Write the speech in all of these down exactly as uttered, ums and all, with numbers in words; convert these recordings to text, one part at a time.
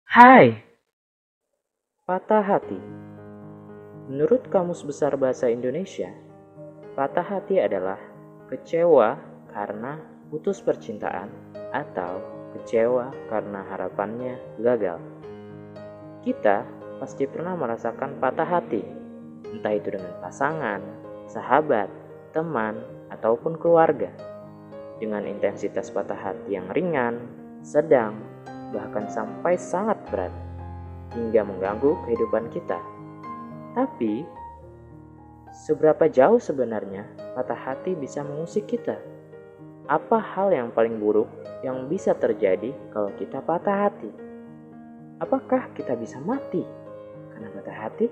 Hai, patah hati. Menurut Kamus Besar Bahasa Indonesia, patah hati adalah kecewa karena putus percintaan atau kecewa karena harapannya gagal. Kita pasti pernah merasakan patah hati, entah itu dengan pasangan, sahabat, teman, ataupun keluarga. Dengan intensitas patah hati yang ringan, sedang, bahkan sampai sangat berat, hingga mengganggu kehidupan kita. Tapi, seberapa jauh sebenarnya patah hati bisa mengusik kita? Apa hal yang paling buruk yang bisa terjadi kalau kita patah hati? Apakah kita bisa mati karena patah hati?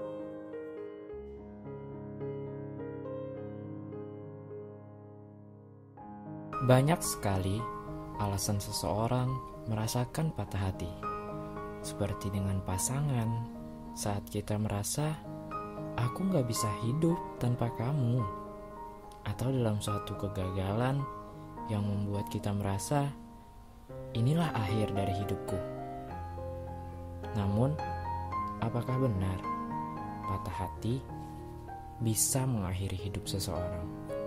Banyak sekali alasan seseorang merasakan patah hati. Seperti dengan pasangan, saat kita merasa, aku gak bisa hidup tanpa kamu. Atau dalam suatu kegagalan yang membuat kita merasa, inilah akhir dari hidupku. Namun, apakah benar patah hati bisa mengakhiri hidup seseorang?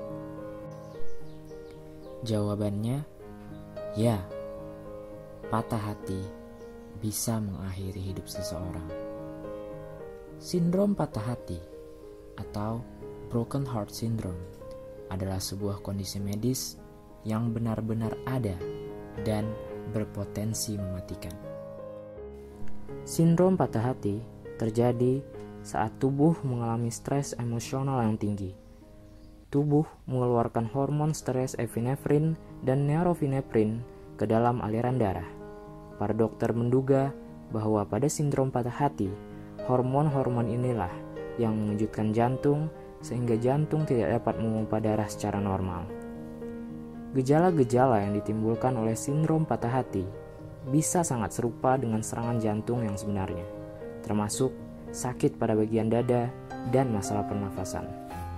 Jawabannya, ya, patah hati bisa mengakhiri hidup seseorang. Sindrom patah hati atau broken heart syndrome adalah sebuah kondisi medis yang benar-benar ada dan berpotensi mematikan. Sindrom patah hati terjadi saat tubuh mengalami stres emosional yang tinggi. Tubuh mengeluarkan hormon stres epinefrin dan norepinefrin ke dalam aliran darah. Para dokter menduga bahwa pada sindrom patah hati, hormon-hormon inilah yang mengejutkan jantung sehingga jantung tidak dapat memompa darah secara normal. Gejala-gejala yang ditimbulkan oleh sindrom patah hati bisa sangat serupa dengan serangan jantung yang sebenarnya, termasuk sakit pada bagian dada dan masalah pernafasan.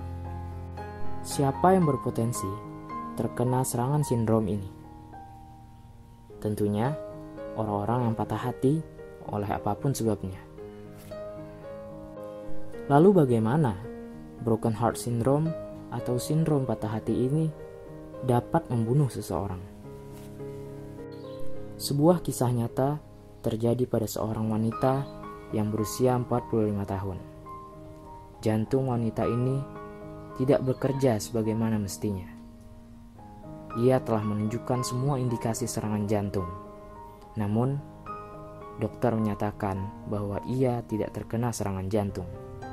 Siapa yang berpotensi terkena serangan sindrom ini? Tentunya orang-orang yang patah hati oleh apapun sebabnya. Lalu bagaimana broken heart syndrome atau sindrom patah hati ini dapat membunuh seseorang? Sebuah kisah nyata terjadi pada seorang wanita yang berusia empat puluh lima tahun. Jantung wanita ini tidak bekerja sebagaimana mestinya. Ia telah menunjukkan semua indikasi serangan jantung. Namun, dokter menyatakan bahwa ia tidak terkena serangan jantung.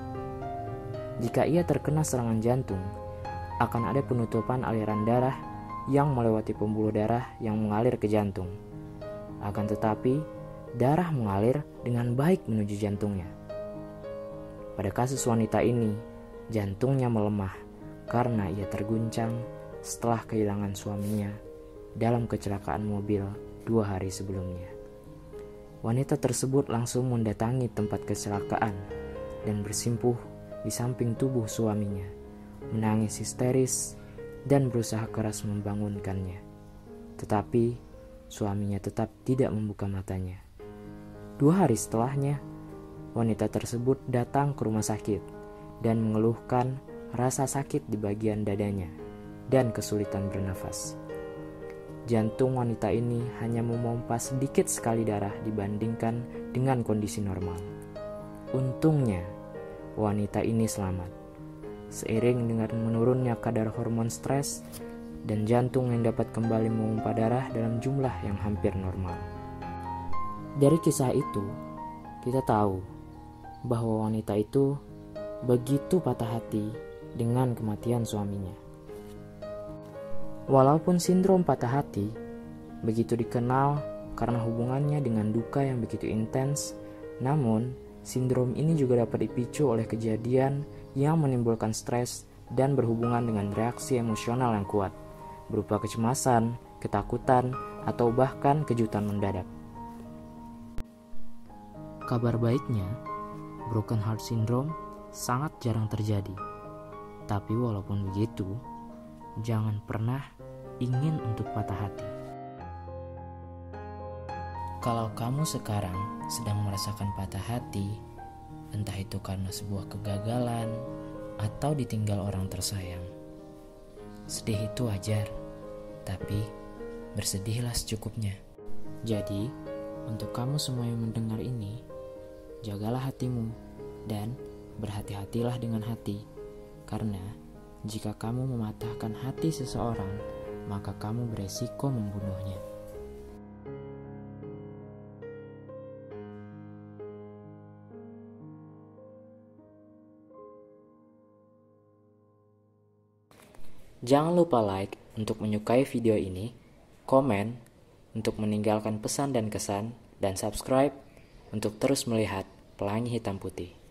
Jika ia terkena serangan jantung, akan ada penutupan aliran darah yang melewati pembuluh darah yang mengalir ke jantung. Akan tetapi, darah mengalir dengan baik menuju jantungnya. Pada kasus wanita ini, jantungnya melemah karena ia terguncang setelah kehilangan suaminya dalam kecelakaan mobil dua hari sebelumnya. Wanita tersebut langsung mendatangi tempat kecelakaan dan bersimpuh di samping tubuh suaminya, menangis histeris dan berusaha keras membangunkannya. Tetapi suaminya tetap tidak membuka matanya. Dua hari setelahnya, wanita tersebut datang ke rumah sakit dan mengeluhkan rasa sakit di bagian dadanya dan kesulitan bernafas. Jantung wanita ini hanya memompa sedikit sekali darah dibandingkan dengan kondisi normal. Untungnya, wanita ini selamat. Seiring dengan menurunnya kadar hormon stres dan jantung yang dapat kembali memompa darah dalam jumlah yang hampir normal. Dari kisah itu, kita tahu bahwa wanita itu begitu patah hati dengan kematian suaminya. Walaupun sindrom patah hati begitu dikenal karena hubungannya dengan duka yang begitu intens, namun sindrom ini juga dapat dipicu oleh kejadian yang menimbulkan stres dan berhubungan dengan reaksi emosional yang kuat, berupa kecemasan, ketakutan, atau bahkan kejutan mendadak. Kabar baiknya, broken heart syndrome sangat jarang terjadi. Tapi walaupun begitu, jangan pernah ingin untuk patah hati. Kalau kamu sekarang sedang merasakan patah hati, entah itu karena sebuah kegagalan atau ditinggal orang tersayang, sedih itu wajar, tapi bersedihlah secukupnya. Jadi, untuk kamu semua yang mendengar ini, jagalah hatimu dan berhati-hatilah dengan hati, karena jika kamu mematahkan hati seseorang, maka kamu beresiko membunuhnya. Jangan lupa like untuk menyukai video ini, komen untuk meninggalkan pesan dan kesan, dan subscribe untuk terus melihat Pelangi Hitam Putih.